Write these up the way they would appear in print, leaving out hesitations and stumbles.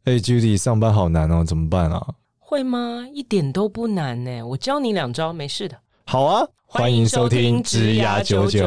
Judy， 上班好难哦，怎么办啊？ 会吗？一点都不难呢，我教你2招，没事的。 好啊，欢迎收听职涯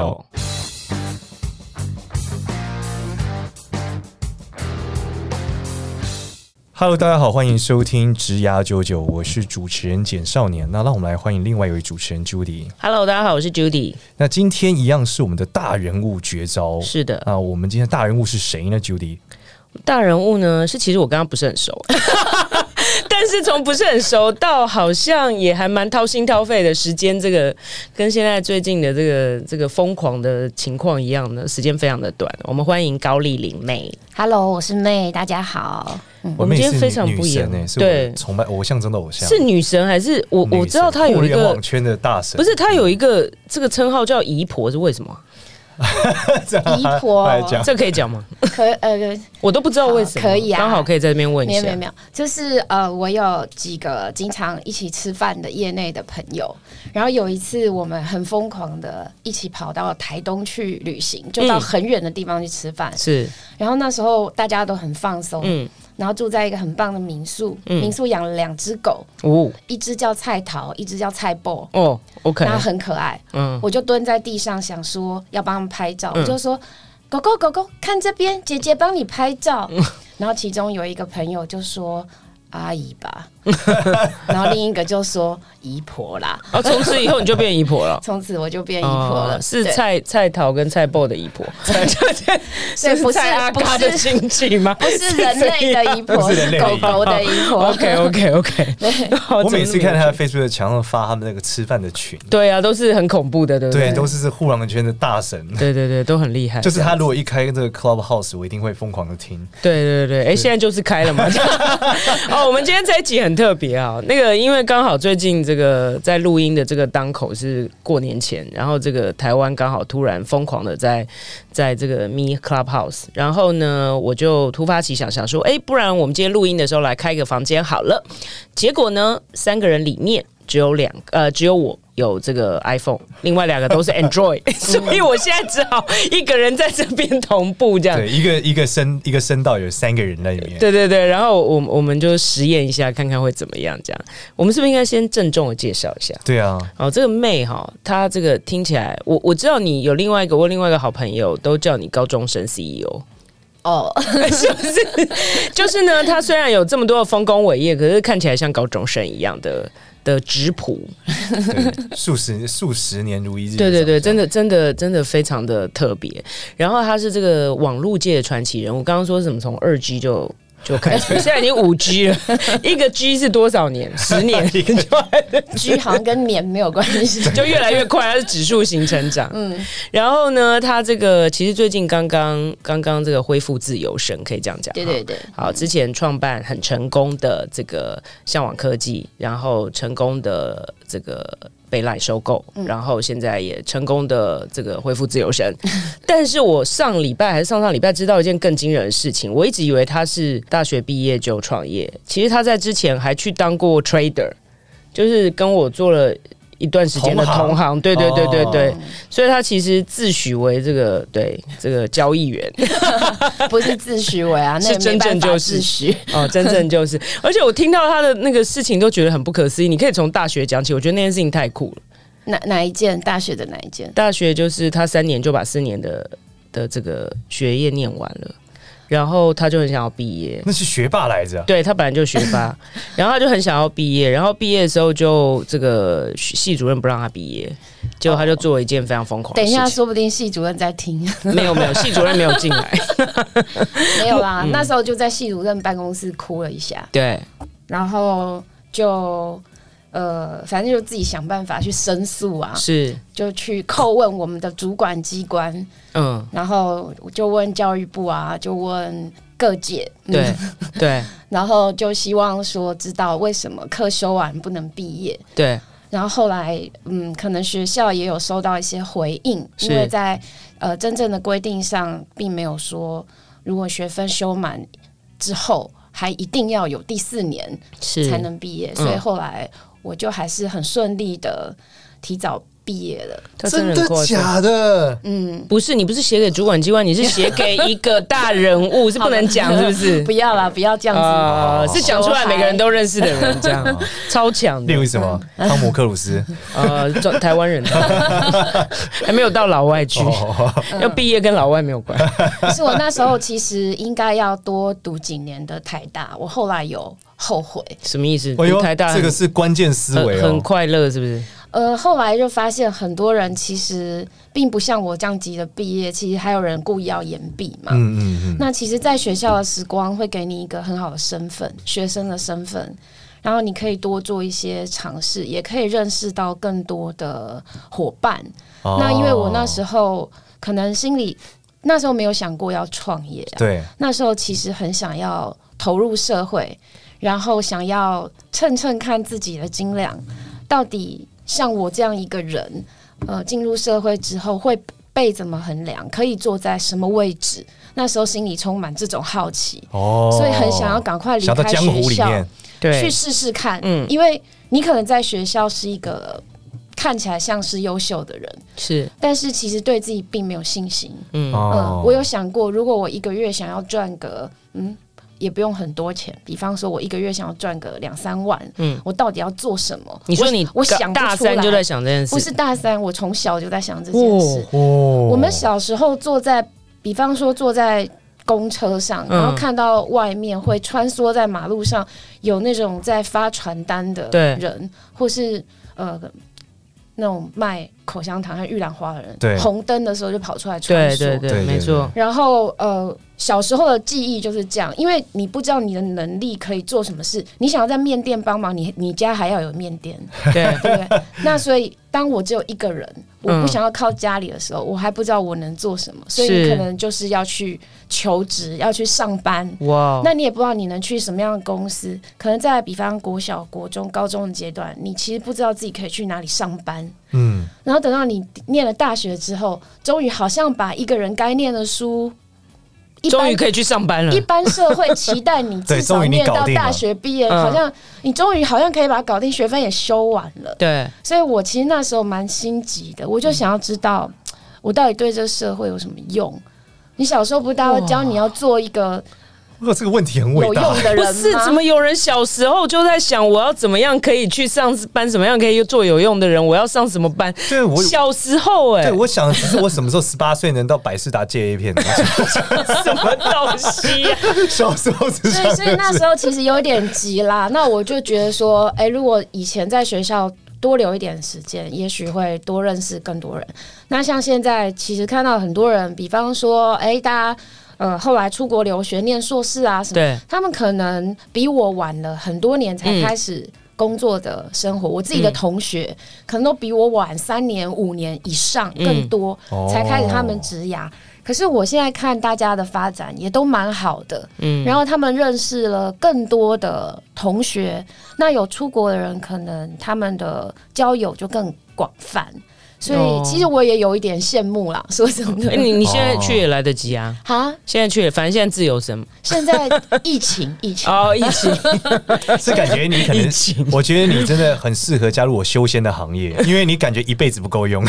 99。Hello， 大家好，欢迎收听职涯99，我是主持人简少年。那让我们来欢迎另外一位主持人 Judy。 Hello， 大家好，我是 Judy。 那今天一样是我们的大人物绝招。 是的， 我们今天大人物是谁呢 ？Judy， 大人物呢是其实我刚刚不是很熟。但是从不是很熟到好像也还蛮掏心掏肺的时间，这个跟现在最近的这个疯狂的情况一样的时间非常的短。我们欢迎高丽玲妹。 Hello， 我是妹，大家好。 我们今天非常不一样， 对，崇拜偶像中的偶像， 是女神还是我知道她有一个互联网圈的大神， 不是她有一个这个称号叫姨婆，是为什么？ 姨婆， 这可以讲吗？我都不知道为什么， 可以啊， 刚好可以在这边问一下。 没有，就是我有几个经常一起吃饭的业内的朋友，然后有一次我们很疯狂的一起跑到台东去旅行，就到很远的地方去吃饭， 是， 然后那时候大家都很放松，然后住在一个很棒的民宿，民宿养了2只狗，一只叫菜桃，一只叫菜脯 ，OK， 然后很可爱，我就蹲在地上想说要帮他们拍照，我就说狗狗看这边，姐姐帮你拍照，然后其中有一个朋友就说阿姨吧，然后另一个就说姨婆啦， 从此以后你就变姨婆了。 从此我就变姨婆了， 是菜桃跟菜脯的姨婆， 所以不是阿嘎的亲戚吗？ 不是人类的姨婆，是狗狗的姨婆。 OK， 我每次看他的 Facebook 的墙上发他们那个吃饭的群， 对啊，都是很恐怖的，对不对？ 对，都是互联网圈的大神， 对，都很厉害。 就是他如果一开这个 Clubhouse， 我一定会疯狂的听。 对，现在就是开了嘛。我们今天这一集很特别啊，那个因为刚好最近这个在录音的这个当口是过年前，然后这个台湾刚好突然疯狂的在这个 Me Clubhouse， 然后呢我就突发奇想说，不然我们今天录音的时候来开一个房间好了。结果呢3个人里面只有我有这个 iPhone， 另外2个都是 Android， 所以我现在只好一个人在这边同步这样。 对，一个声道有3个人在里面。 对，然后我们就实验一下，看看会怎么样。这样，我们是不是应该先郑重的介绍一下？对啊。这个妹哈，她这个听起来，我知道你有另外一个好朋友，都叫你高中生 CEO。是不是？就是呢，他虽然有这么多的丰功伟业，可是看起来像高中生一样的质朴， 数十年如一日。 对，真的非常的特别。然后他是这个网络界的传奇人物。刚刚说什么从2G 就开始，现在已经5G 了。一个 G 是多少年？10年 G 好像跟年没有关系， 就越来越快，它是指数型成长。然后呢，他这个其实最近刚刚这个恢复自由身，可以这样讲。 对。 好，之前创办很成功的这个向往科技，然后成功的这个被赖收购，然后现在也成功的这个恢复自由身。但是我上礼拜还是上礼拜知道一件更惊人的事情，我一直以为他是大学毕业就创业，其实他在之前还去当过 trader， 就是跟我做了一段时间的同行，对，所以他其实自诩为这个交易员， 不是自诩为啊，那是真正就是真正就是。而且我听到他的那个事情都觉得很不可思议。你可以从大学讲起，我觉得那件事情太酷了。 哪一件？大学的哪一件？ 大学就是他3年就把4年的这个学业念完了。然后他就很想要毕业， 那是学霸来着。 对，他本来就学霸，然后他就很想要毕业，然后毕业的时候就这个系主任不让他毕业，结果他就做了一件非常疯狂的事情。 等一下，说不定系主任在听。 没有，系主任没有进来。 没有啦，那时候就在系主任办公室哭了一下。 对， 然后就反正就自己想办法去申诉啊， 是就去叩问我们的主管机关，然后就问教育部啊，就问各界， 对， 然后就希望说知道为什么课修完不能毕业， 对， 然后后来可能学校也有收到一些回应，因为在真正的规定上并没有说如果学分修满之后还一定要有第4年才能毕业，所以后来我就还是很顺利的提早毕业了。 真的假的？ 不是，你不是写给主管机关，你是写给一个大人物，是不能讲，是不是？ 不要啦，不要这样子， 是讲出来每个人都认识的人，这样超强的。 例如什么？汤姆克鲁斯？ 台湾人，还没有到老外去，要毕业跟老外没有关。 可是我那时候其实应该要多读几年的台大，我后来有后悔。 什么意思？读台大这个是关键思维， 很快乐，是不是？ 后来就发现很多人其实并不像我这样急的毕业，其实还有人故意要延毕嘛。那其实，在学校的时光会给你一个很好的身份，学生的身份，然后你可以多做一些尝试，也可以认识到更多的伙伴。那因为我那时候可能心里那时候没有想过要创业， 对， 那时候其实很想要投入社会，然后想要称看自己的斤两，到底像我这样一个人，进入社会之后会被怎么衡量，可以坐在什么位置？那时候心里充满这种好奇，所以很想要赶快离开学校，去试试看。因为你可能在学校是一个看起来像是优秀的人， 是， 但是其实对自己并没有信心。我有想过，如果我一个月想要赚个也不用很多钱，比方说我一个月想要赚个2-3万，我到底要做什么？ 你说我想大三就在想这件事， 不是大三，我从小就在想这件事。我们小时候比方说坐在公车上，然后看到外面会穿梭在马路上有那种在发传单的人，或是那种卖口香糖和玉兰花的人，红灯的时候就跑出来穿梭， 对，没错。 然后小时候的记忆就是这样，因为你不知道你的能力可以做什么事，你想要在面店帮忙，你家还要有面店，对不对？那所以当我只有一个人，我不想要靠家里的时候，我还不知道我能做什么，所以你可能就是要去求职，要去上班。哇！那你也不知道你能去什么样的公司，可能在比方国小、国中、高中的阶段，你其实不知道自己可以去哪里上班。然后等到你念了大学之后，终于好像把一个人该念的书， 终于可以去上班了。 一般社会期待你至少念到大学毕业，好像你终于好像可以把它搞定，学分也修完了。 对， 所以我其实那时候蛮心急的，我就想要知道我到底对这个社会有什么用。你小时候不是大家会教你要做一个这个问题很伟大， 有用的人吗？ 不是，怎么有人小时候就在想我要怎么样可以去上班，怎么样可以做有用的人，我要上什么班？对，我小时候对，我想只是我什么时候18岁能到百事达借 A 片？ 什么东西啊？ 小时候是这样， 所以那时候其实有点急啦。那我就觉得说，如果以前在学校多留一点时间，也许会多认识更多人。那像现在，其实看到很多人，比方说，大家。后来出国留学念硕士啊什么，他们可能比我晚了很多年才开始工作的生活。我自己的同学可能都比我晚3年、5年以上更多，才开始他们职涯。可是我现在看大家的发展也都蛮好的，然后他们认识了更多的同学，那有出国的人，可能他们的交友就更广泛。所以其实我也有一点羡慕啦，说真的。 你现在去也来得及啊！现在去也，反正现在自由身。 现在疫情哦，疫情是感觉你可能，我觉得你真的很适合加入我修仙的行业，因为你感觉一辈子不够用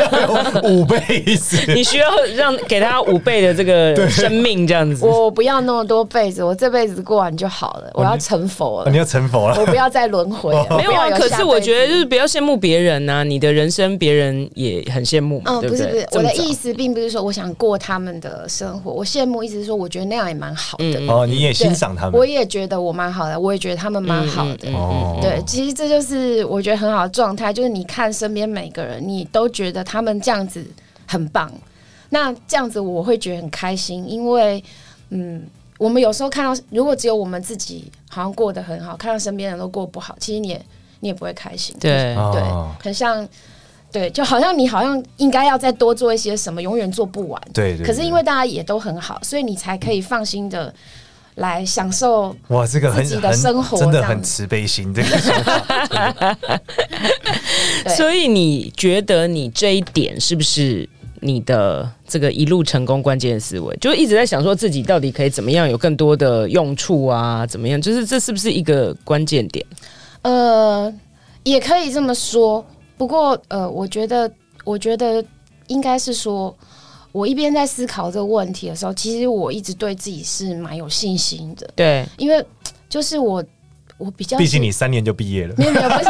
，5辈子， 你需要给他5倍的这个生命这样子。 我不要那么多辈子，我这辈子过完就好了。我要成佛了， 你要成佛了， 我不要再轮回了。 没有啊，可是我觉得就是不要羡慕别人啊，你的人生别人也很羡慕嘛，对不对？ 不是，我的意思并不是说我想过他们的生活，我羡慕意思是说我觉得那样也蛮好的。 你也欣赏他们， 我也觉得我蛮好的，我也觉得他们蛮好的。对，其实这就是我觉得很好的状态，就是你看身边每个人，你都觉得他们这样子很棒，那这样子我会觉得很开心，因为我们有时候看到，如果只有我们自己好像过得很好，看到身边人都过不好，其实你也不会开心。 对， 很像。对，就好像你好像应该要再多做一些什么，永远做不完。 对。 可是因为大家也都很好，所以你才可以放心的来享受这个自己的生活， 真的很慈悲心这个想法。 所以你觉得你这一点是不是你的这个一路成功关键思维？就一直在想说自己到底可以怎么样有更多的用处啊？怎么样？就是这是不是一个关键点？ 也可以这么说。 不过我觉得应该是说，我一边在思考这个问题的时候，其实我一直对自己是蛮有信心的。 对， 因为就是我比较， 毕竟你3年就毕业了。 没有，不是，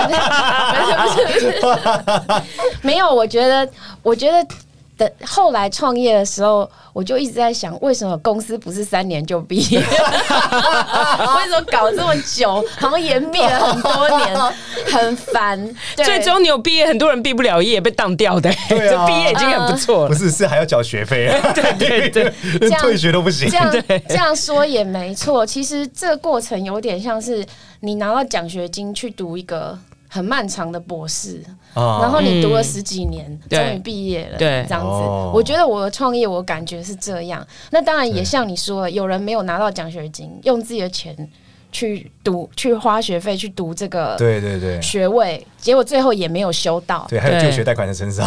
没有。我觉得等后来创业的时候，我就一直在想，为什么公司不是3年就毕业？为什么搞这么久？好像延毕了很多年，很烦。 最终你有毕业，很多人毕不了业，被当掉的。 对啊， 这毕业已经很不错了。 不是还要缴学费？ 对， 连退学都不行。 这样说也没错。其实这个过程有点像是你拿到奖学金去读一个很漫长的博士，然后你读了10几年，终于毕业了， 对， 这样子。我觉得我的创业，我感觉是这样。那当然也像你说的，有人没有拿到奖学金，用自己的钱去花学费去读这个对学位，结果最后也没有修到， 对，还有就学贷款在身上。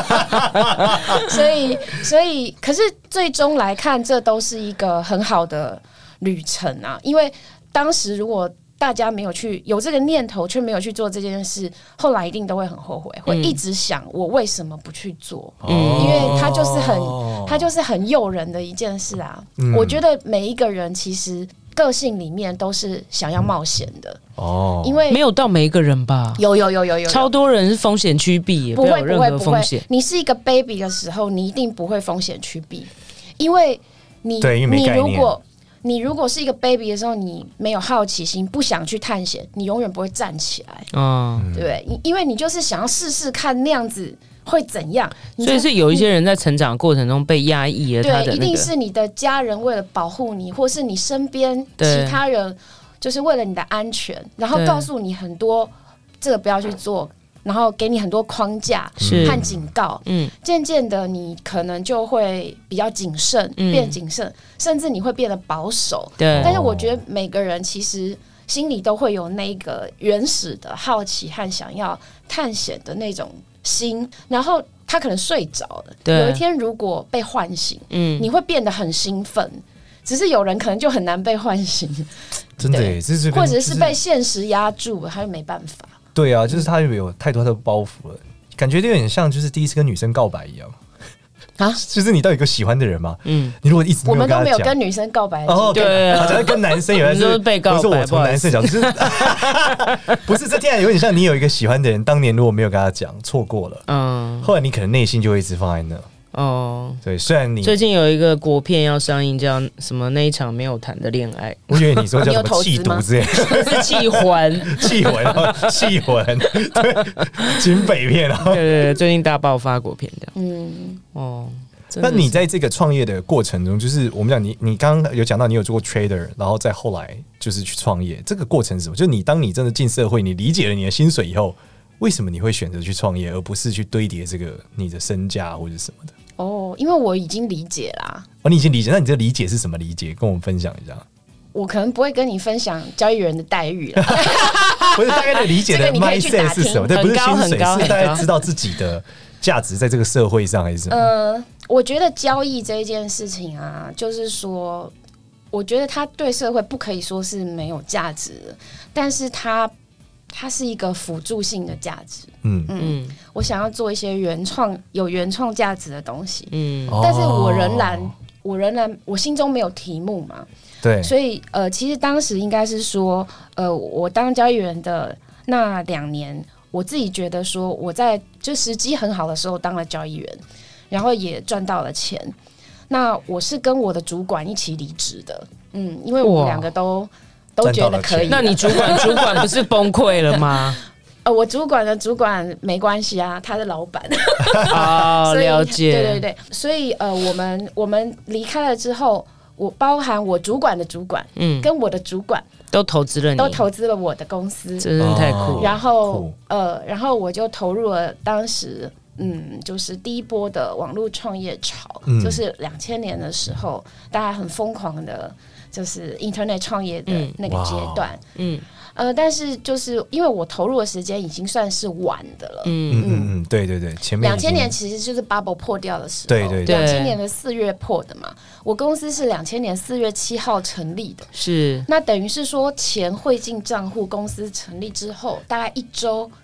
所以，可是最终来看，这都是一个很好的旅程啊，因为当时如果大家没有有这个念头，却没有去做这件事，后来一定都会很后悔，会一直想我为什么不去做？因为它就是很诱人的一件事啊。我觉得每一个人其实个性里面都是想要冒险的因为没有到每一个人吧？ 有， 超多人是风险趋避，也不会有任何风险。 你是一个 baby 的时候，你一定不会风险趋避，因为你如果是一个 baby 的时候，你没有好奇心，不想去探险，你永远不会站起来，对不对？因为你就是想要试试看那样子会怎样。 所以是有一些人在成长的过程中被压抑了他的对，一定是你的家人为了保护你，或是你身边其他人就是为了你的安全，然后告诉你很多这个不要去做，然后给你很多框架和警告，渐渐的你可能就会比较谨慎，变谨慎，甚至你会变得保守。 对， 但是我觉得每个人其实心里都会有那个原始的好奇和想要探险的那种心，然后他可能睡着了，有一天如果被唤醒，你会变得很兴奋。只是有人可能就很难被唤醒， 真的耶， 或者是被现实压住，他就没办法。 对啊，就是他有太多的包袱了，感觉有点像就是第一次跟女生告白一样啊，就是你到底有个喜欢的人吗？你如果一直没有跟他讲， 我们都没有跟女生告白对啊， 好像跟男生有的是被告白， 不是我从男生角度，就是不是这听起来有点像你有一个喜欢的人，当年如果没有跟他讲，错过了，后来你可能内心就会一直放在那。对，虽然你最近有一个国片要上映，叫什么那一场没有谈的恋爱， 我以为你说叫什么气毒之类的， 是气魂， 气魂，对，警匪片啊， 对，最近大爆发国片这样， 那你在这个创业的过程中，就是我们讲你刚刚有讲到你有做过 trader， 然后再后来就是去创业，这个过程是什么？就是当你真的进社会，你理解了你的薪水以后，为什么你会选择去创业，而不是去堆叠这个你的身价或者什么的？ 因为我已经理解啦。 你已经理解，那你这理解是什么理解？跟我们分享一下。 我可能不会跟你分享交易员的待遇啦， 不是大概的理解的 mindset 是什么？对，不是薪水，是大概知道自己的价值在这个社会上还是什么？ 我觉得交易这一件事情啊，就是说，我觉得它对社会不可以说是没有价值的，但是它是一个辅助性的价值。我想要做一些有原创价值的东西。但是我仍然我心中没有题目嘛。 对， 所以其实当时应该是说，我当交易员的那2年，我自己觉得说，我在就时机很好的时候当了交易员，然后也赚到了钱。那我是跟我的主管一起离职的，因为我们2个都觉得可以。 那你主管不是崩溃了吗？ 我主管的主管没关系啊，他是老板。 了解。 对，所以我们离开了之后，我包含我主管的主管，跟我的主管都投资了我的公司， 真的太酷了。 然后我就投入了当时就是第一波的网络创业潮，就是2000年的时候，大家很疯狂的，就是 Internet 创业的那个阶段。但是就是因为我投入的时间已经算是晚的了。 对，前面 2000年其实就是 bubble 破掉的时候。 对 ，2000年的4月破的嘛。我公司是2000年4月7号成立的。那等于是说钱汇进账户，公司成立之后大概1周。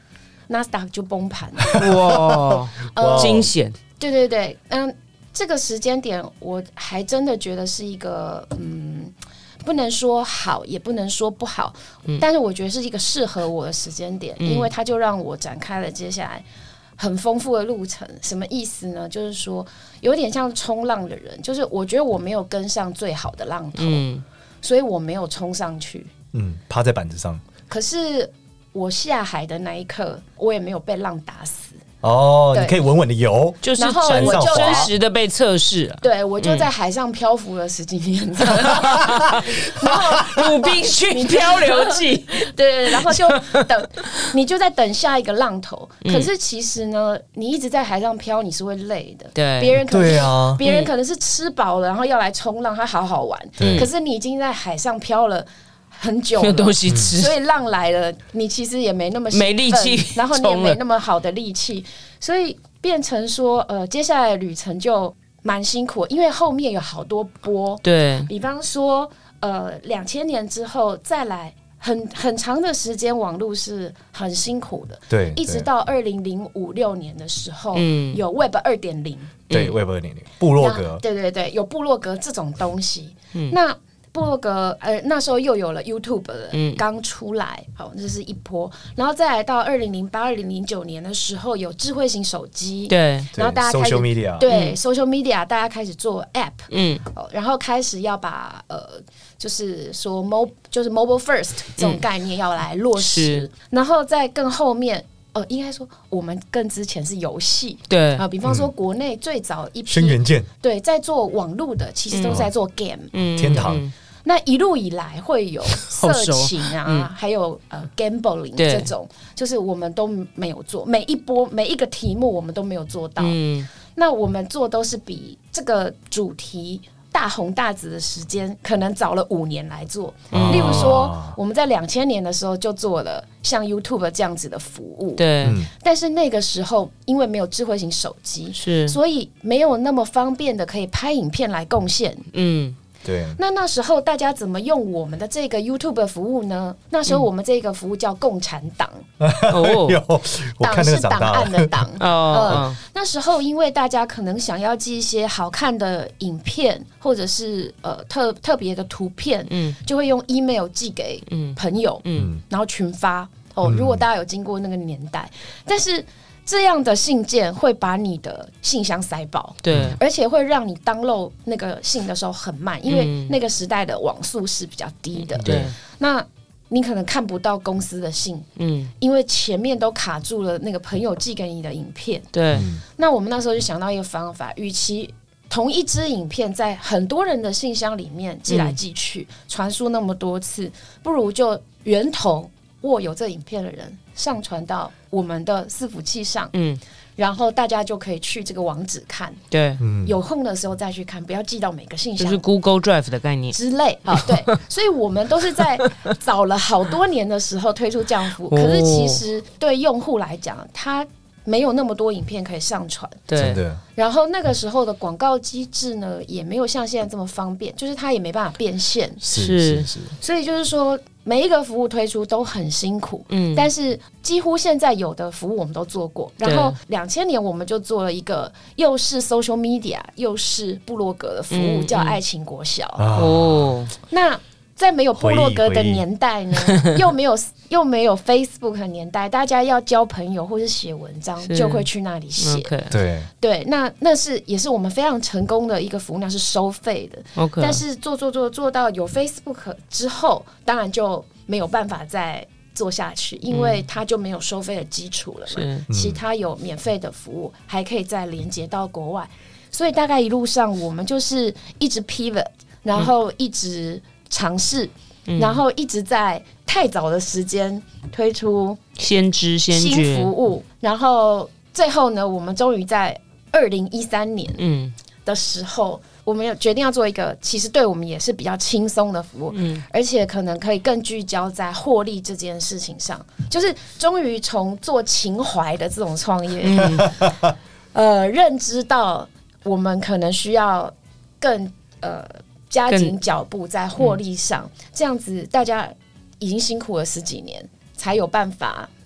NASDAQ 就崩盘， 哇，惊险！ 对对对，这个时间点我还真的觉得是一个不能说好，也不能说不好，但是我觉得是一个适合我的时间点，因为它就让我展开了接下来很丰富的路程。什么意思呢？就是说有点像冲浪的人，就是我觉得我没有跟上最好的浪头，所以我没有冲上去， 趴在板子上。 可是我下海的那一刻，我也没有被浪打死。 你可以稳稳的游， 就是真实的被测试了。 对，我就在海上漂浮了10几年， 然后鲁滨逊漂流记， 对，然后就等，你就在等下一个浪头。可是其实呢，你一直在海上漂，你是会累的。 对， 别人可能是吃饱了，然后要来冲浪，他好好玩。可是你已经在海上漂了很久了， 没有东西吃， 所以浪来了，你其实也没那么没力气， 然后你也没那么好的力气，所以变成说，接下来的旅程就蛮辛苦，因为后面有好多波。对，比方说，2000年之后再来很长的时间，网络是很辛苦的。对，一直到2005、6年的时候，有 Web 2.0， 对 Web 2.0，部落格， 对对对，有部落格这种东西。那部落格那时候又有了 YouTube 刚出来，好，这是一波，然后再来到2008、2009年的时候有智慧型手机，对，然后大家开始 social media， 对 social media， 大家开始做 app，然后开始要把就是说就是 mobile first 这种概念要来落实，然后在更后面。应该说我们更之前是游戏，对啊，比方说国内最早一批轩辕剑， 对，在做网路的其实都是在做 game， 天堂。 那一路以来会有色情啊，还有gambling 这种，就是我们都没有做，每一个题目我们都没有做到。那我们做都是比这个主题大红大紫的时间可能早了5年来做，例如说我们在2000年的时候就做了像 YouTube 这样子的服务，对，但是那个时候因为没有智慧型手机，所以没有那么方便的可以拍影片来贡献，对，那时候大家怎么用我们的这个 YouTube 服务呢？那时候我们这个服务叫共产党，党是档案的党。那时候因为大家可能想要寄一些好看的影片，或者是特别的图片，就会用 email 寄给朋友，然后群发。如果大家有经过那个年代，但是这样的信件会把你的信箱塞爆，对，而且会让你 download 那个信的时候很慢，因为那个时代的网速是比较低的，对，那你可能看不到公司的信，因为前面都卡住了那个朋友寄给你的影片，对，那我们那时候就想到一个方法，与其同一支影片在很多人的信箱里面寄来寄去，传输那么多次，不如就源头握有这影片的人上传到我们的伺服器上，然后大家就可以去这个网址看，对，有空的时候再去看，不要寄到每个信箱， 就是 Google Drive 的概念之类啊，对，所以我们都是在早了好多年的时候推出这样服务，可是其实对用户来讲，他没有那么多影片可以上传，对，然后那个时候的广告机制呢，也没有像现在这么方便，就是它也没办法变现，是，所以就是说每一个服务推出都很辛苦，但是几乎现在有的服务我们都做过。然后2000年我们就做了一个又是 social media 又是部落格的服务，叫爱情国小。那在没有部落格的年代呢，又没有 Facebook 的年代，大家要交朋友或是写文章，就会去那里写。对，那是也是我们非常成功的一个服务，那是收费的。但是做到有 Facebook 之后，当然就没有办法再做下去，因为它就没有收费的基础了嘛。其他有免费的服务，还可以再连接到国外，所以大概一路上我们就是一直 pivot， 然后一直尝试，然后一直在太早的时间推出先知先觉新服务，然后最后呢，我们终于在2013年的时候，我们决定要做一个其实对我们也是比较轻松的服务，而且可能可以更聚焦在获利这件事情上，就是终于从做情怀的这种创业，认知到我们可能需要更加紧脚步在获利上，这样子大家已经辛苦了10几年，才有办法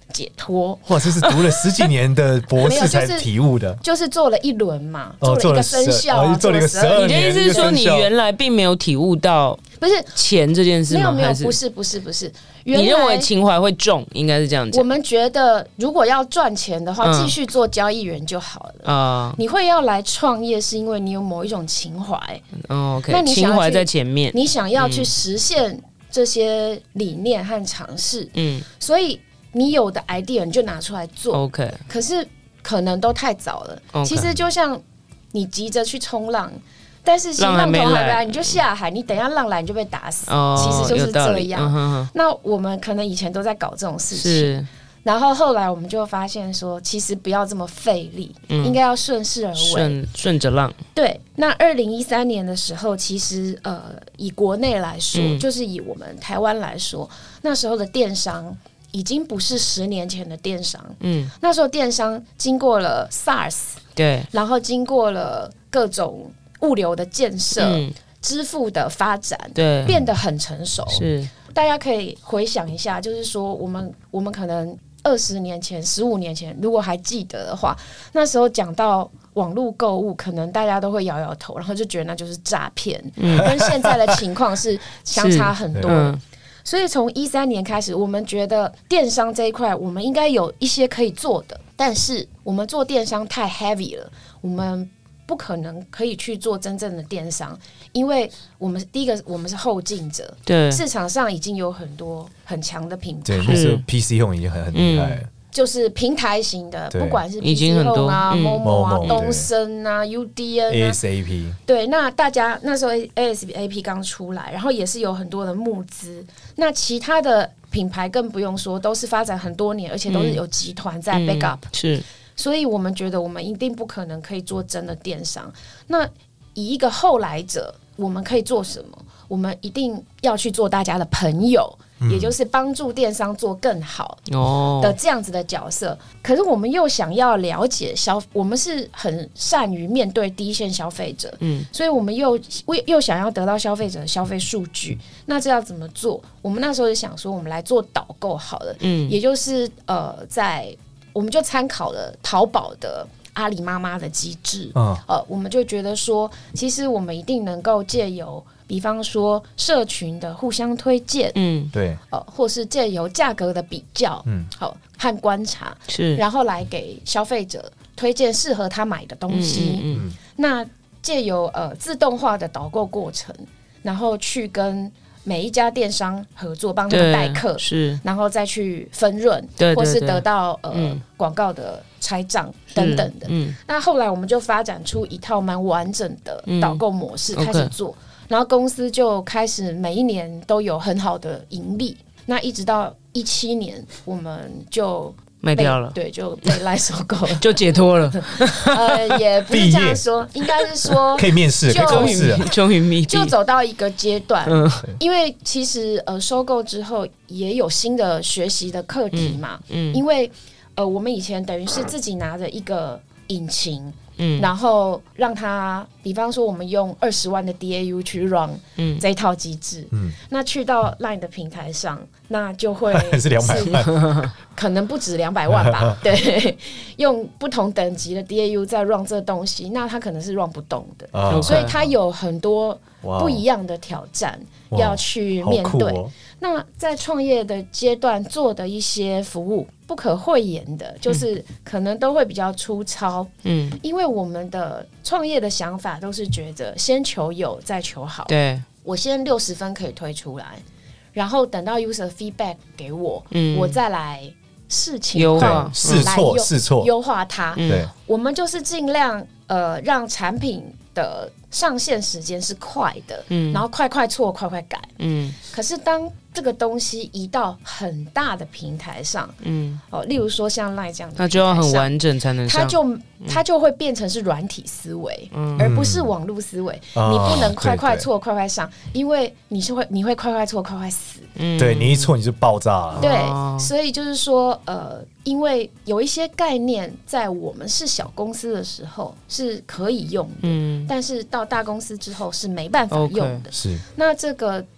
解脱。 哇，这是读了10几年的博士才体悟的， 就是做了一轮嘛，做了一个生肖， 做了一个12年。 你的意思是说，你原来并没有体悟到不是钱这件事吗？ 没有，不是。你认为情怀会重，应该是这样讲。 我们觉得，如果要赚钱的话，继续做交易员就好了。你会要来创业，是因为你有某一种情怀。 OK， 那你情怀在前面， 你想要去实现这些理念和尝试。所以你有的 idea 你就拿出来做。 OK， 可是可能都太早了。其实就像你急着去冲浪。但是新浪头还没来，你就下海，你等一下浪来你就被打死，其实就是这样。那我们可能以前都在搞这种事情，然后后来我们就发现说，其实不要这么费力，应该要顺势而为， 顺着浪。 对，那2013年的时候，其实以国内来说，就是以我们台湾来说，那时候的电商已经不是10年前的电商。那时候电商经过了 SARS， 对， 然后经过了各种物流的建设、支付的发展，对，变得很成熟。是，大家可以回想一下，就是说我们可能20年前、15年前，如果还记得的话，那时候讲到网络购物，可能大家都会摇摇头，然后就觉得那就是诈骗，跟现在的情况是相差很多。所以从13年开始，我们觉得电商这一块，我们应该有一些可以做的，但是我们做电商太 heavy 了，我们不可能可以去做真正的电商，因为我们第一个我们是后进者，对，市场上已经有很多很强的品牌， 对，那时候 PC Home 已经很厉害了。 就是平台型的，不管是 PC Home 啊、Momo 啊、东森啊、UDN 啊、 ASAP， 对，那大家那时候 ASAP 刚出来，然后也是有很多的募资，那其他的品牌更不用说，都是发展很多年，而且都是有集团在 backup，是。所以我们觉得我们一定不可能可以做真的电商。那以一个后来者，我们可以做什么？我们一定要去做大家的朋友，也就是帮助电商做更好的这样子的角色。可是我们又想要了解我们是很善于面对第一线消费者，所以我们又想要得到消费者的消费数据。那这要怎么做？我们那时候就想说，我们来做导购好了，也就是我们就参考了淘宝的阿里妈妈的机制，我们就觉得说，其实我们一定能够借由，比方说社群的互相推荐，对，或是借由价格的比较，和观察，是，然后来给消费者推荐适合他买的东西。那借由自动化的导购过程，然后去跟每一家电商合作，帮他们代客，是，然后再去分润，或是得到广告的拆账等等的。那后来我们就发展出一套蛮完整的导购模式，开始做，然后公司就开始每一年都有很好的盈利。那一直到17年，我们就卖掉了， 对，就被赖收购了， 就解脱了。 也不是这样说，应该是说可以面试，可以考试， 终于密闭， 就走到一个阶段。因为其实收购之后也有新的学习的课题嘛。因为我们以前等于是自己拿着一个引擎。然后让它，比方说我们用20万的 DAU 去 run 这一套机制，那去到 LINE 的平台上，那就会是200万， 可能不止200万吧。对，用不同等级的 DAU 在 run 这东西，那它可能是 run 不动的，所以它有很多不一样的挑战要去面对。那在创业的阶段做的一些服务，不可讳言的，就是可能都会比较粗糙。因为我们的创业的想法都是觉得先求有再求好。对，我先60分可以推出来，然后等到 user feedback 给我，我再来视情况试错优化它。我们就是尽量让产品的上线时间是快的，然后快错快改。可是当这个东西移到很大的平台上，例如说像 LINE 这样的， 那就要很完整才能上， 它就会变成是软体思维，而不是网络思维。你不能快错快上，因为你会快错快死。 对，你一错你就爆炸了。 对，所以就是说，因为有一些概念在我们是小公司的时候是可以用的，但是到大公司之后是没办法用的。是，那这个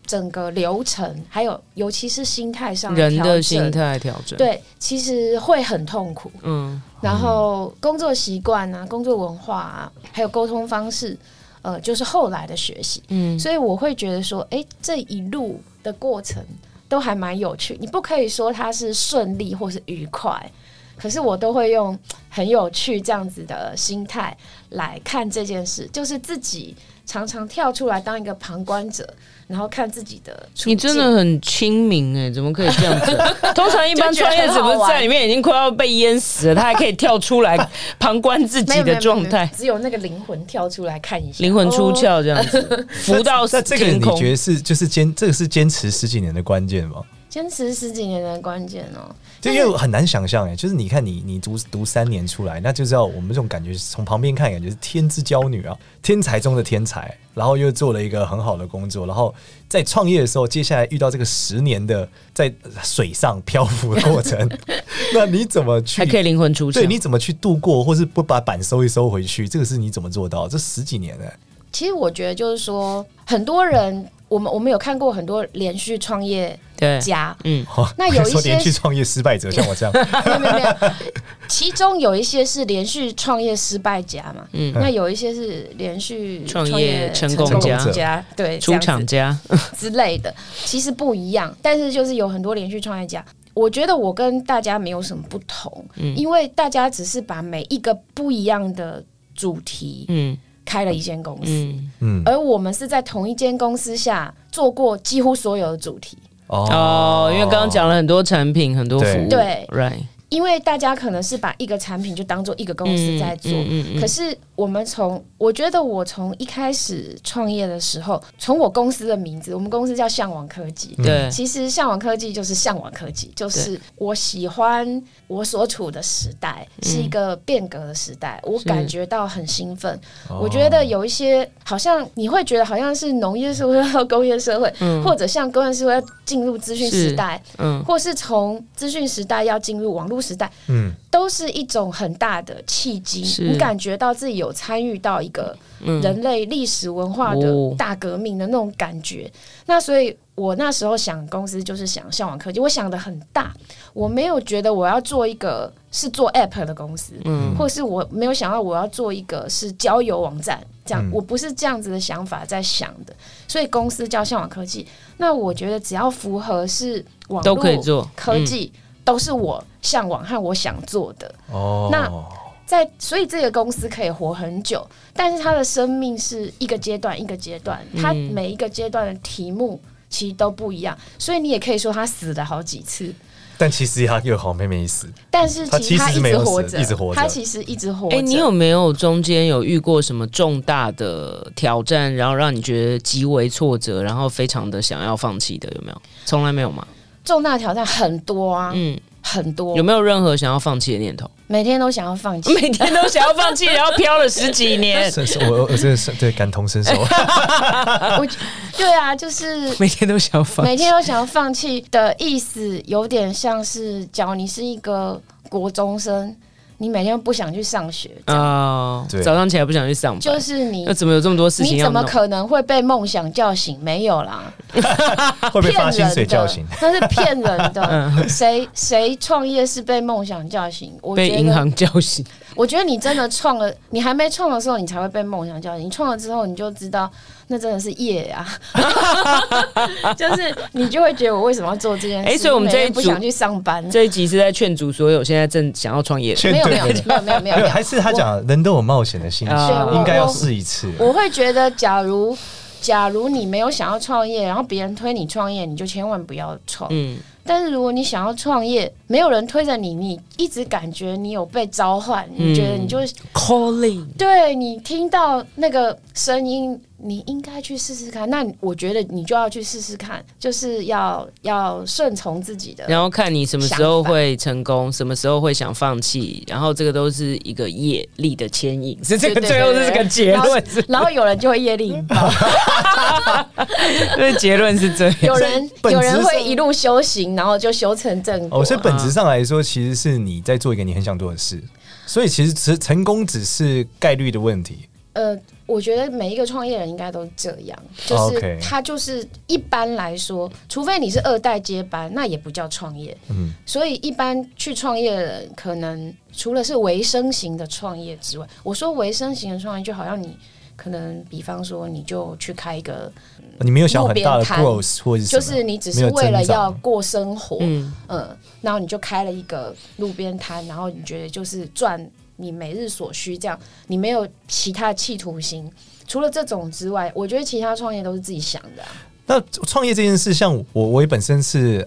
整个流程，还有尤其是心态上的人的心态调整， 对，其实会很痛苦。然后工作习惯啊、工作文化啊，还有沟通方式，就是后来的学习。所以我会觉得说，这一路的过程都还蛮有趣。你不可以说它是顺利或是愉快，可是我都会用很有趣这样子的心态来看这件事，就是自己常常跳出来当一个旁观者，然后看自己的处境。 你真的很亲民怎么可以这样子？通常一般创业者不是在里面已经快要被淹死了，他还可以跳出来旁观自己的状态， 只有那个灵魂跳出来看一下， 灵魂出窍这样子，浮到天空。 那这个你觉得是这个是坚持10几年的关键吗？ 坚持10几年的关键就因为很难想象就是你看你读3年出来，那就知道我们这种感觉从旁边看，感觉是天之骄女啊，天才中的天才，然后又做了一个很好的工作，然后在创业的时候，接下来遇到这个10年的在水上漂浮的过程，那你怎么去还可以灵魂出窍？ 对，你怎么去度过，或是不把板收一收回去？这个是你怎么做到？这10几年其实我觉得就是说，很多人我们有看过很多连续创业家，那有一些连续创业失败者，像我这样， 没有，其中有一些是连续创业失败家嘛，那有一些是连续创业成功家，对， 出场家之类的，其实不一样，但是就是有很多连续创业家。我觉得我跟大家没有什么不同，因为大家只是把每一个不一样的主题，开了一间公司，而我们是在同一间公司下做过几乎所有的主题。 因为刚刚讲了很多产品、很多服务， 对 ，right。 因为大家可能是把一个产品就当做一个公司在做，可是我觉得我从一开始创业的时候，从我公司的名字，我们公司叫向往科技， 对， 其实向往科技就是向往科技，就是我喜欢我所处的时代是一个变革的时代，我感觉到很兴奋。我觉得有一些好像你会觉得好像是农业社会到工业社会，或者像工业社会要进入资讯时代，或是从资讯时代要进入网络时代，都是一种很大的契机。你感觉到自己有参与到一个人类历史文化的大革命的那种感觉。那所以我那时候想公司就是想向往科技，我想的很大，我没有觉得我要做一个是做 app 的公司，或是我没有想到我要做一个是交友网站，这样我不是这样子的想法在想的，所以公司叫向往科技。那我觉得只要符合是网络都可以做科技，都是我向往和我想做的。那所以这个公司可以活很久，但是它的生命是一个阶段一个阶段，它每一个阶段的题目其实都不一样，所以你也可以说它死了好几次。 但其实他又好妹没死， 但是其实他一直活着， 一直活着。 他其实一直活着。 你有没有中间有遇过什么重大的挑战，然后让你觉得极为挫折，然后非常的想要放弃的？有没有？从来没有吗？ 重大挑战很多啊，很多。 有没有任何想要放弃的念头？ 每天都想要放弃， 每天都想要放弃，然后飘了10几年。 我真的是对感同身受。 对啊，就是每天都想要放弃， 每天都想要放弃的意思，有点像是假如你是一个国中生，你每天不想去上学早上起来不想去上班， 就是那怎么有这么多事情要弄？ 你怎么可能会被梦想叫醒？没有啦， 会被发薪水叫醒， 那是骗人的。谁创业是被梦想叫醒？ 被银行叫醒。 我觉得你真的创了，你还没创的时候，你才会被梦想叫醒。你创了之后，你就知道那真的是业啊，就是你就会觉得我为什么要做这件事？ 所以我们这一组不想去上班。 这一集是在劝阻所有现在正想要创业的。 没有， 还是他讲人都有冒险的心情，应该要试一次。 我会觉得，假如你没有想要创业，然后别人推你创业，你就千万不要创。但是如果你想要创业，没有人推着你，你一直感觉你有被召唤，你觉得你就 calling， 对，你听到那个声音，你应该去试试看。那我觉得你就要去试试看，就是要顺从自己的， 然后看你什么时候会成功，什么时候会想放弃，然后这个都是一个业力的牵引，是这个最后是这个结论。 然后有人就会业力引爆， 这结论是这样。 有人会一路修行，然后就修成正果。 所以本质上来说，其实是你在做一个你很想做的事，所以其实成功只是概率的问题。 我觉得每一个创业人应该都是这样，就是他就是一般来说，除非你是2代接班，那也不叫创业。所以一般去创业的人，可能除了是维生型的创业之外，我说维生型的创业，就好像你可能，比方说，你就去开一个， 你没有想很大的 growth 或者就是你只是为了要过生活，然后你就开了一个路边摊，然后你觉得就是赚你每日所需，这样你没有其他的企图心。除了这种之外，我觉得其他创业都是自己想的。 那创业这件事，像我本身是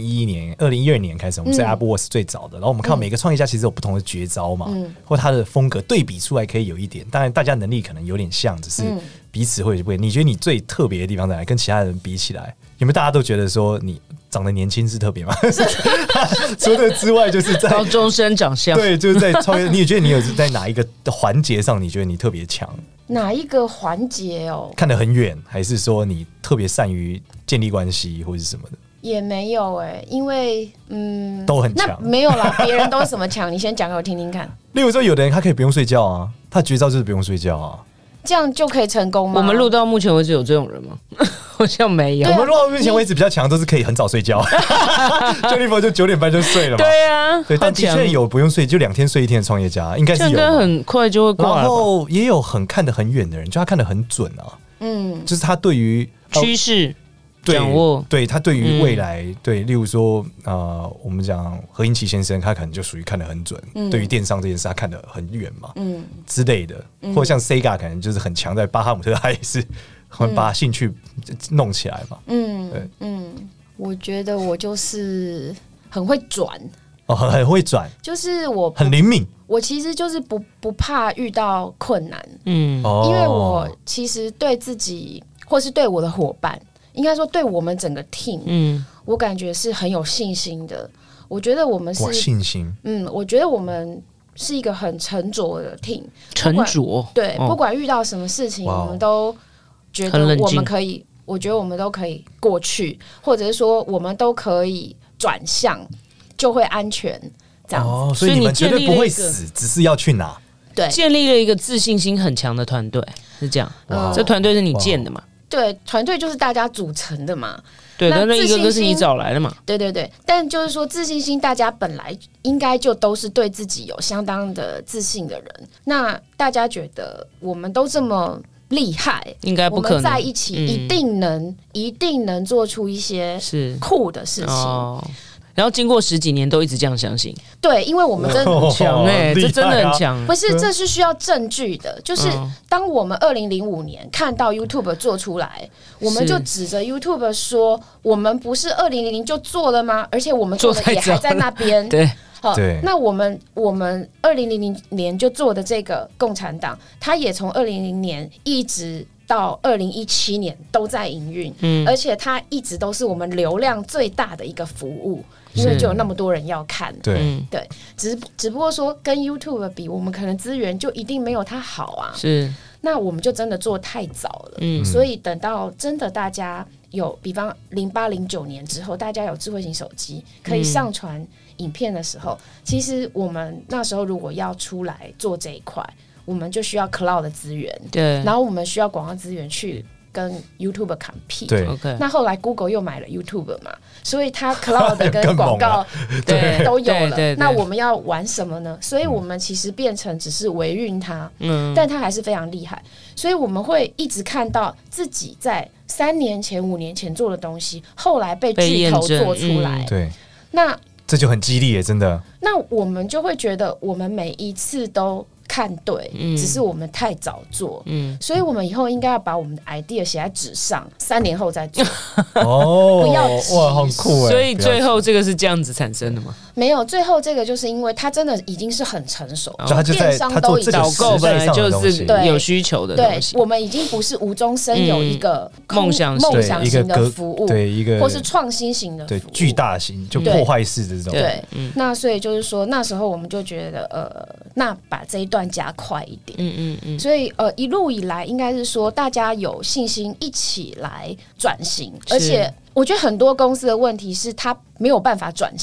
2012年开始，我们是 AppWorks 最早的，然后我们看到每个创业家其实有不同的绝招嘛，或他的风格对比出来可以有一点，当然大家能力可能有点像，只是彼此会不会？你觉得你最特别的地方在哪？跟其他人比起来，有没有大家都觉得说你长得年轻是特别吗？除了之外，就是在高中生长相， 对，就是在创业，你也觉得你有在哪一个环节上，你觉得你特别强？ 哪一个环节哦？ 看得很远，还是说你特别善于建立关系，或是什么的？ 也没有因为都很强。 那没有啦，别人都是什么强？你先讲给我听听看。 例如说，有的人他可以不用睡觉啊，他绝招就是不用睡觉啊。 这样就可以成功吗？ 我们录到目前为止有这种人吗？好像没有。 我们录到目前为止比较强，都是可以很早睡觉。Jennifer 就9点半就睡了嘛。 对啊， 对，但的确有不用睡，就2天睡1天的创业家，应该是有。 应该很快就会挂了。 然后也有看得很远的人，就他看得很准啊。就是他对于趋势掌握， 对他对于未来，对，例如说我们讲何英奇先生，他可能就属于看得很准，对于电商这件事他看得很远嘛，之类的，或者像 Sega 可能就是很强，在巴哈姆特他也是很把兴趣弄起来嘛， 我觉得我就是很会转。 很会转， 就是我很灵敏。 我其实就是不怕遇到困难，因为我其实对自己或是对我的伙伴，应该说对我们整个 team，我感觉是很有信心的。我觉得我们是信心， 我觉得我们是一个很沉着的 team， 沉着， 对，不管遇到什么事情，我们都觉得我们可以，我觉得我们都可以过去，或者是说我们都可以转向。就会安全，这样子。 所以你们绝对不会死，只是要去哪？ 对， 建立了一个自信心很强的团队，是这样。这团队是你建的嘛？ 对，团队就是大家组成的嘛。 对，那一个个是你找来的嘛？ 对对对，但就是说自信心，大家本来应该就都是对自己有相当的自信的人。那大家觉得我们都这么厉害， 应该不可能，我们在一起一定能做出一些酷的事情。 然后经过10几年都一直这样相信， 对，因为我们真的很强这真的很强， 不是，这是需要证据的。就是当我们2005年看到 YouTube 做出来，我们就指着 YouTube 说，我们不是2000就做了吗？而且我们做的也还在那边。 对， 好，那我们2000年就做的这个共产党，它也从2000年一直到2017年都在营运，而且它一直都是我们流量最大的一个服务，因为就有那么多人要看。 对， 只不过说跟 YouTube 比，我们可能资源就一定没有它好啊。 是， 那我们就真的做太早了。所以等到真的大家有，比方08、09年之后，大家有智慧型手机可以上传影片的时候，其实我们那时候如果要出来做这一块，我们就需要 cloud 的资源， 对， 然后我们需要广告资源去跟 YouTube compete， 对， 那后来 Google 又买了 YouTube 嘛，所以它 cloud 的跟广告对都有了。那我们要玩什么呢？所以我们其实变成只是维运它，但它还是非常厉害。所以我们会一直看到自己在3年前、5年前做的东西，后来被巨头做出来。 对， 那这就很激励耶，真的。 那我们就会觉得，我们每一次都看对，只是我们太早做，所以我们以后应该要把我们的 idea 写在纸上，3年后再做。不要急， 哇，好酷哎！ 所以最后这个是这样子产生的吗？ 没有，最后这个就是因为它真的已经是很成熟， 电商都已经导购本来就是有需求的东西。 对，我们已经不是无中生有一个梦想型的服务， 对一个或是创新型的服务， 对巨大型就破坏式的这种。 对，那所以就是说，那时候我们就觉得，那把这一段加快一点。所以一路以来，应该是说大家有信心一起来转型，而且我觉得很多公司的问题是它没有办法转型。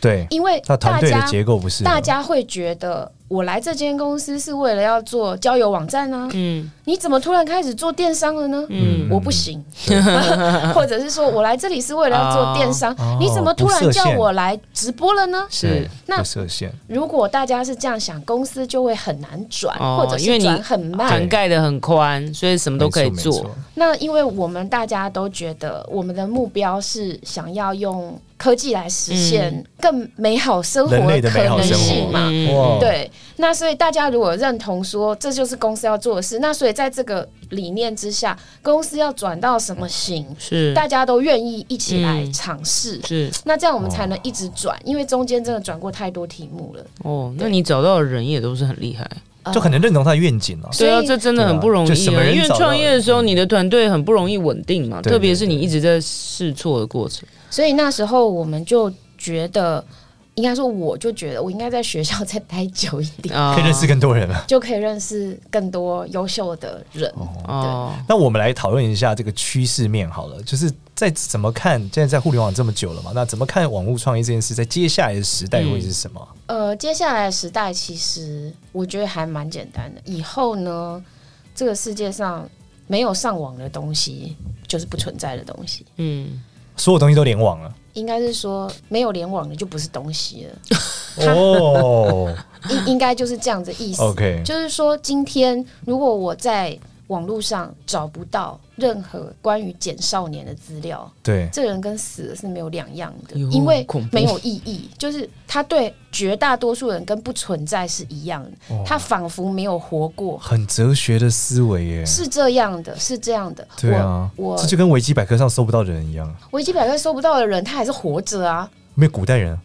对， 因为他团队的结构不是， 大家会觉得我来这间公司是为了要做交友网站啊，你怎么突然开始做电商了呢？我不行，或者是说我来这里是为了要做电商，你怎么突然叫我来直播了呢？ 是那设限。 如果大家是这样想，公司就会很难转，或者是转很慢， 涵盖的很宽，所以什么都可以做。 那因为我们大家都觉得我们的目标是想要用科技来实现更美好生活的可能性嘛，对。那所以大家如果认同说这就是公司要做的事，那所以在这个理念之下，公司要转到什么型， 是大家都愿意一起来尝试， 是。 那这样我们才能一直转，因为中间真的转过太多题目了。 哦，那你找到的人也都是很厉害。 就很能认同他的愿景了， 对啊，这真的很不容易啊！因为创业的时候，你的团队很不容易稳定嘛，特别是你一直在试错的过程。 所以那时候我们就觉得，应该说我就觉得我应该在学校再待久一点， 可以认识更多人了， 就可以认识更多优秀的人。 那我们来讨论一下这个趋势面好了，就是在怎么看，现在在互联网这么久了嘛，那怎么看网络创业这件事，在接下来的时代会是什么？ 接下来的时代其实我觉得还蛮简单的。以后呢，这个世界上没有上网的东西就是不存在的东西。 所有东西都联网了。 应该是说没有联网的就不是东西了。哦，应该就是这样子意思。 OK， 就是说今天如果我在网络上找不到任何关于简少年的资料， 对， 这人跟死了是没有两样的，因为没有意义，就是他对绝大多数人跟不存在是一样的，他仿佛没有活过。很哲学的思维耶， 是这样的，是这样的。 对啊，这就跟维基百科上搜不到的人一样。维基百科搜不到的人，他还是活着啊。 没有古代人。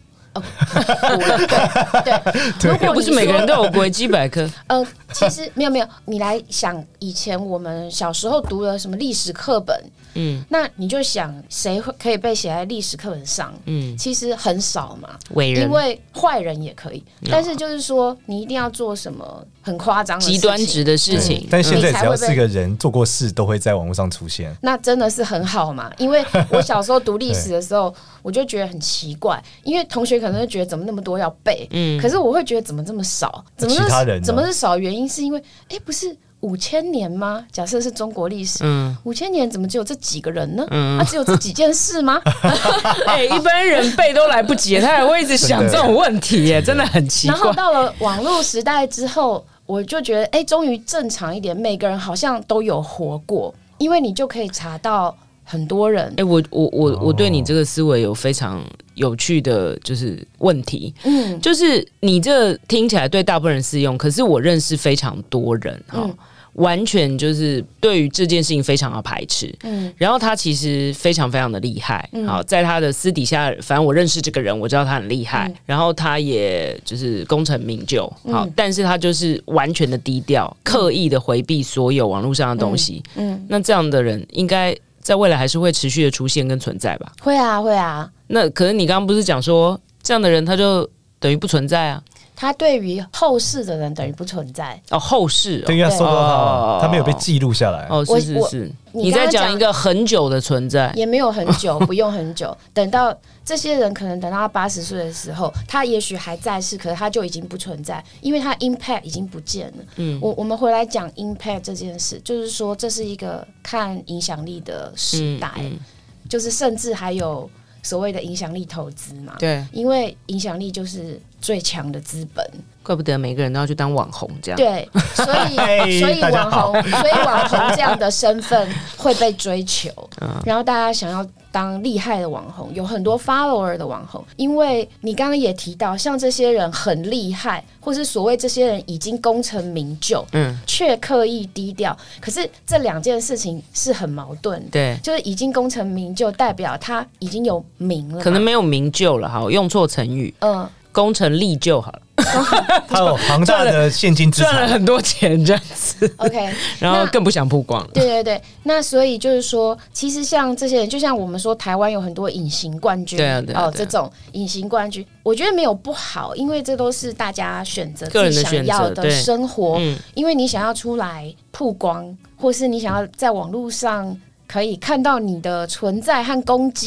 对，如果不是每个人都有维基百科， 其实没有，你来想，以前我们小时候读了什么历史课本，那你就想谁可以被写在历史课本上？其实很少嘛，因为坏人也可以，但是就是说你一定要做什么很夸张的事情、 极端值的事情， 但现在只要是个人做过事，都会在网络上出现， 那真的是很好嘛。因为我小时候读历史的时候，我就觉得很奇怪，因为同学可能会觉得怎么那么多要背，可是我会觉得怎么这么少？怎么是少？原因是因为，不是5000年吗？假设是中国历史，5000年怎么只有这几个人呢？只有这几件事吗？ 一般人背都来不及，他还会一直想这种问题耶，真的很奇怪。 然后到了网络时代之后，我就觉得，终于正常一点，每个人好像都有活过，因为你就可以查到很多人。 我对你这个思维有非常有趣的就是问题，就是你这听起来对大部分人适用，可是我认识非常多人完全就是对于这件事情非常的排斥，然后他其实非常非常的厉害，好，在他的私底下，反正我认识这个人，我知道他很厉害，然后他也就是功成名就，好，但是他就是完全的低调，刻意的回避所有网络上的东西，那这样的人应该在未来还是会持续的出现跟存在吧？ 会啊。那可是你刚刚不是讲说这样的人他就等于不存在啊？ 他对于后世的人等于不存在后世对，因为他搜到他没有被记录下来。 是。你在讲一个很久的存在， 也没有很久，不用很久。等到这些人可能等到他80岁的时候，他也许还在世，可是他就已经不存在，因为他 impact 已经不见了。我们回来讲 impact 这件事，就是说这是一个看影响力的时代，就是甚至还有所谓的影响力投资嘛。 对， 因为影响力就是最强的资本。 怪不得每个人都要去当网红这样。 对，所以网红这样的身份会被追求，然后大家想要当厉害的网红，有很多 follower 的网红，因为你刚刚也提到，像这些人很厉害，或是所谓这些人已经功成名就，却刻意低调。可是这两件事情是很矛盾的， 对， 就是已经功成名就，代表他已经有名了， 可能没有名就了，好，用错成语，功成立就好了。 他有庞大的现金资产， 赚了很多钱这样子。 OK， 然后更不想曝光了。 对，那所以就是说，其实像这些人，就像我们说，台湾有很多隐形冠军，这种隐形冠军，我觉得没有不好，因为这都是大家选择自己想要的生活。因为你想要出来曝光，或是你想要在网络上可以看到你的存在和攻击。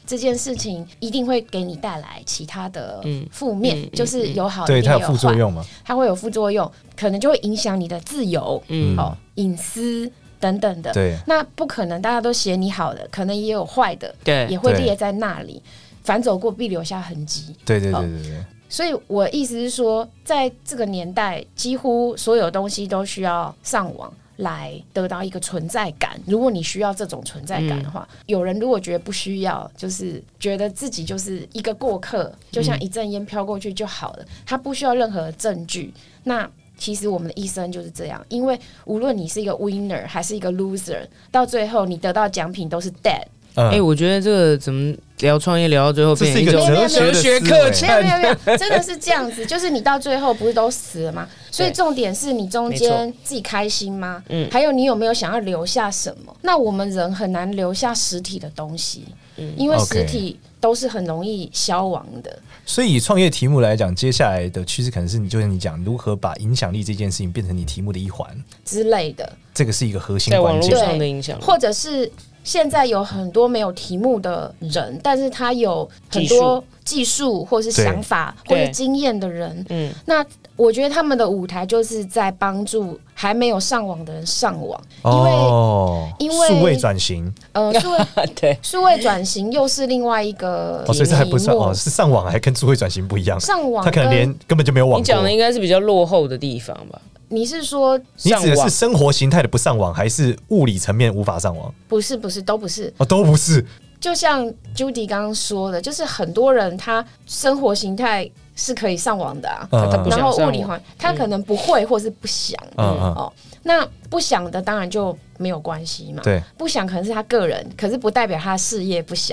这件事情一定会给你带来其他的负面，就是有好的对， 也有它有副作用嘛， 它会有副作用，可能就会影响你的自由、隐私等等的。 对， 那不可能大家都写你好的，可能也有坏的， 对， 也会列在那里。反走过必留下痕迹。 对对对对对。 所以我的意思是说，在这个年代，几乎所有东西都需要上网来得到一个存在感。如果你需要这种存在感的话，有人如果觉得不需要，就是觉得自己就是一个过客，就像一阵烟飘过去就好了，他不需要任何证据。那其实我们的一生就是这样，因为无论你是一个 winner 还是一个 loser， 到最后你得到奖品都是 dead。 我觉得这个怎么聊创业聊到最后变成一种哲学课程？ 没有，真的是这样子，就是你到最后不是都死了吗？所以重点是你中间自己开心吗？还有你有没有想要留下什么？那我们人很难留下实体的东西，因为实体都是很容易消亡的。 所以以创业题目来讲，接下来的趋势可能是就是你讲如何把影响力这件事情变成你题目的一环之类的， 这个是一个核心关键。 在网络上的影响力， 或者是现在有很多没有题目的人，但是他有很多技术或是想法或是经验的人，那我觉得他们的舞台就是在帮助还没有上网的人上网，因为数位转型， 对， 数位转型又是另外一个所以这还不算是上网还跟数位转型不一样， 上网他可能根本就没有网过。 你讲的应该是比较落后的地方吧？ 你是说你指的是生活形态的不上网，还是物理层面无法上网？ 不是，都不是， 都不是。 就像 Judy 刚刚说的，就是很多人他生活形态是可以上网的然后物理环他可能不会或是不想，那不想的当然就没有关系嘛。 对， 不想可能是他个人，可是不代表他的事业不想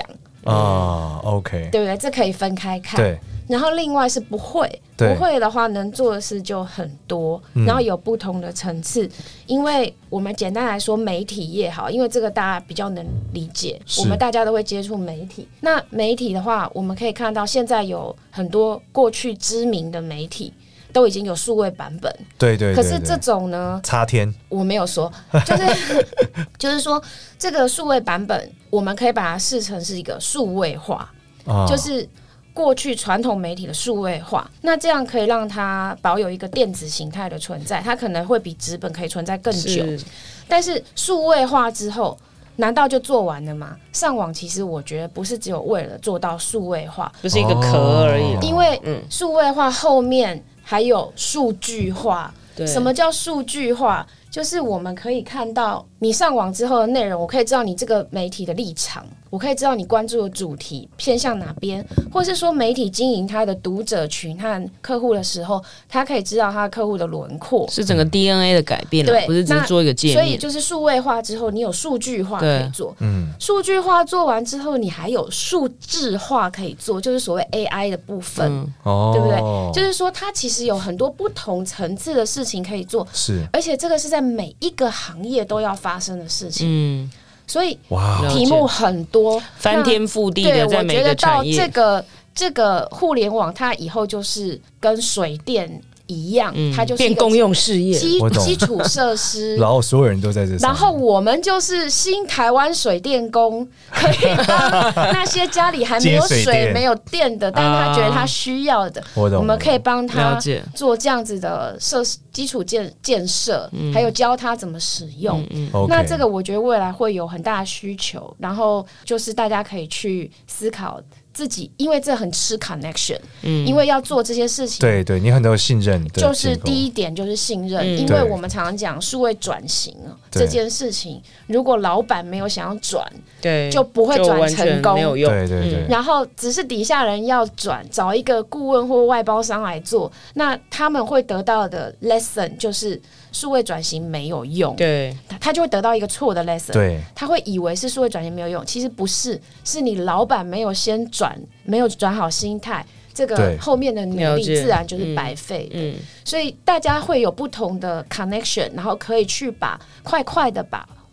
OK， 对不对？这可以分开看。 对。 然后另外是不会的话，能做的事就很多，然后有不同的层次。因为我们简单来说，媒体业好，因为这个大家比较能理解，我们大家都会接触媒体。那媒体的话，我们可以看到现在有很多过去知名的媒体都已经有数位版本， 对。可是这种呢， 插天我没有说，就是说这个数位版本，我们可以把它视成是一个数位化，就是过去传统媒体的数位化，那这样可以让它保有一个电子形态的存在，它可能会比纸本可以存在更久。但是数位化之后，难道就做完了吗？上网其实我觉得不是只有为了做到数位化， 不是一个壳而已， 因为数位化后面还有数据化。什么叫数据化？就是我们可以看到你上网之后的内容，我可以知道你这个媒体的立场，我可以知道你关注的主题偏向哪边，或是说媒体经营他的读者群和客户的时候，他可以知道他的客户的轮廓， 是整个 DNA 的改变，不是只是做一个界面。 所以就是数位化之后，你有数据化可以做，数据化做完之后，你还有数字化可以做，就是所谓 AI 的部分，对不对？就是说它其实有很多不同层次的事情可以做，而且这个是在每一个行业都要发生的事情，所以题目很多， 翻天覆地的在每个产业。 我觉得到这个互联网，它以后就是跟水电一样，它就是变公用事业基础设施， 然后所有人都在这上面， 然后我们就是新台湾水电工，可以帮那些家里还没有水没有电的，但是他觉得他需要的，我们可以帮他做这样子的基础建设，还有教他怎么使用。那这个我觉得未来会有很大的需求，然后就是大家可以去思考自己，因为这很吃 connection，因为要做这些事情， 对你很多信任， 就是第一点就是信任，因为我们常常讲数位转型这件事情，如果老板没有想要转，就不会转成功， 没有用。 对。 然后只是底下人要转，找一个顾问或外包商来做，那他们会得到的 lesson 就是数位转型没有用，他就会得到一个错的 lesson，他会以为是数位转型没有用，其实不是，是你老板没有先转，没有转好心态，这个后面的努力自然就是白费的。所以大家会有不同的 connection， 然后可以去快快的把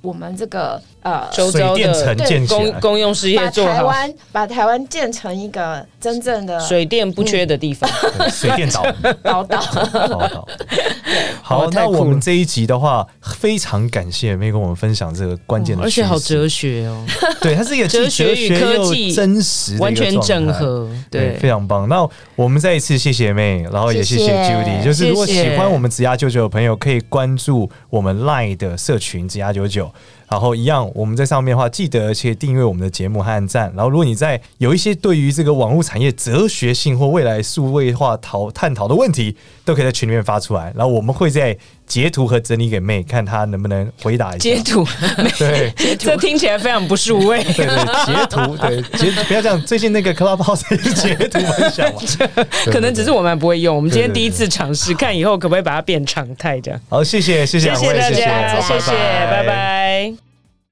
我们这个周遭的公用事业做好， 把台湾建成一个真正的水电不缺的地方， 水电岛。好，那我们这一集的话，非常感谢妹跟我们分享这个关键的， 而且好哲学哦。 对，它是一个哲学与科技真实的完全整合，对， 非常棒。那我们再一次谢谢妹，然后也谢谢 Judy。就是如果喜欢我们职涯99的朋友，可以关注我们 LINE 的社群职涯99。然后一样，我们在上面的话，记得且订阅我们的节目和按赞。然后，如果你在有一些对于这个网络产业哲学性或未来数位化探讨的问题，都可以在群里面发出来。然后我们会在截图和整理给妹，看她能不能回答一下。 截图， 对， 这听起来非常不数位。 对，截图，对，不要这样。最近那个 Clubhouse 截图分享嘛， 可能只是我们不会用。我们今天第一次尝试，看以后可不可以把它变常态这样。 好，谢谢大家，谢谢，拜拜。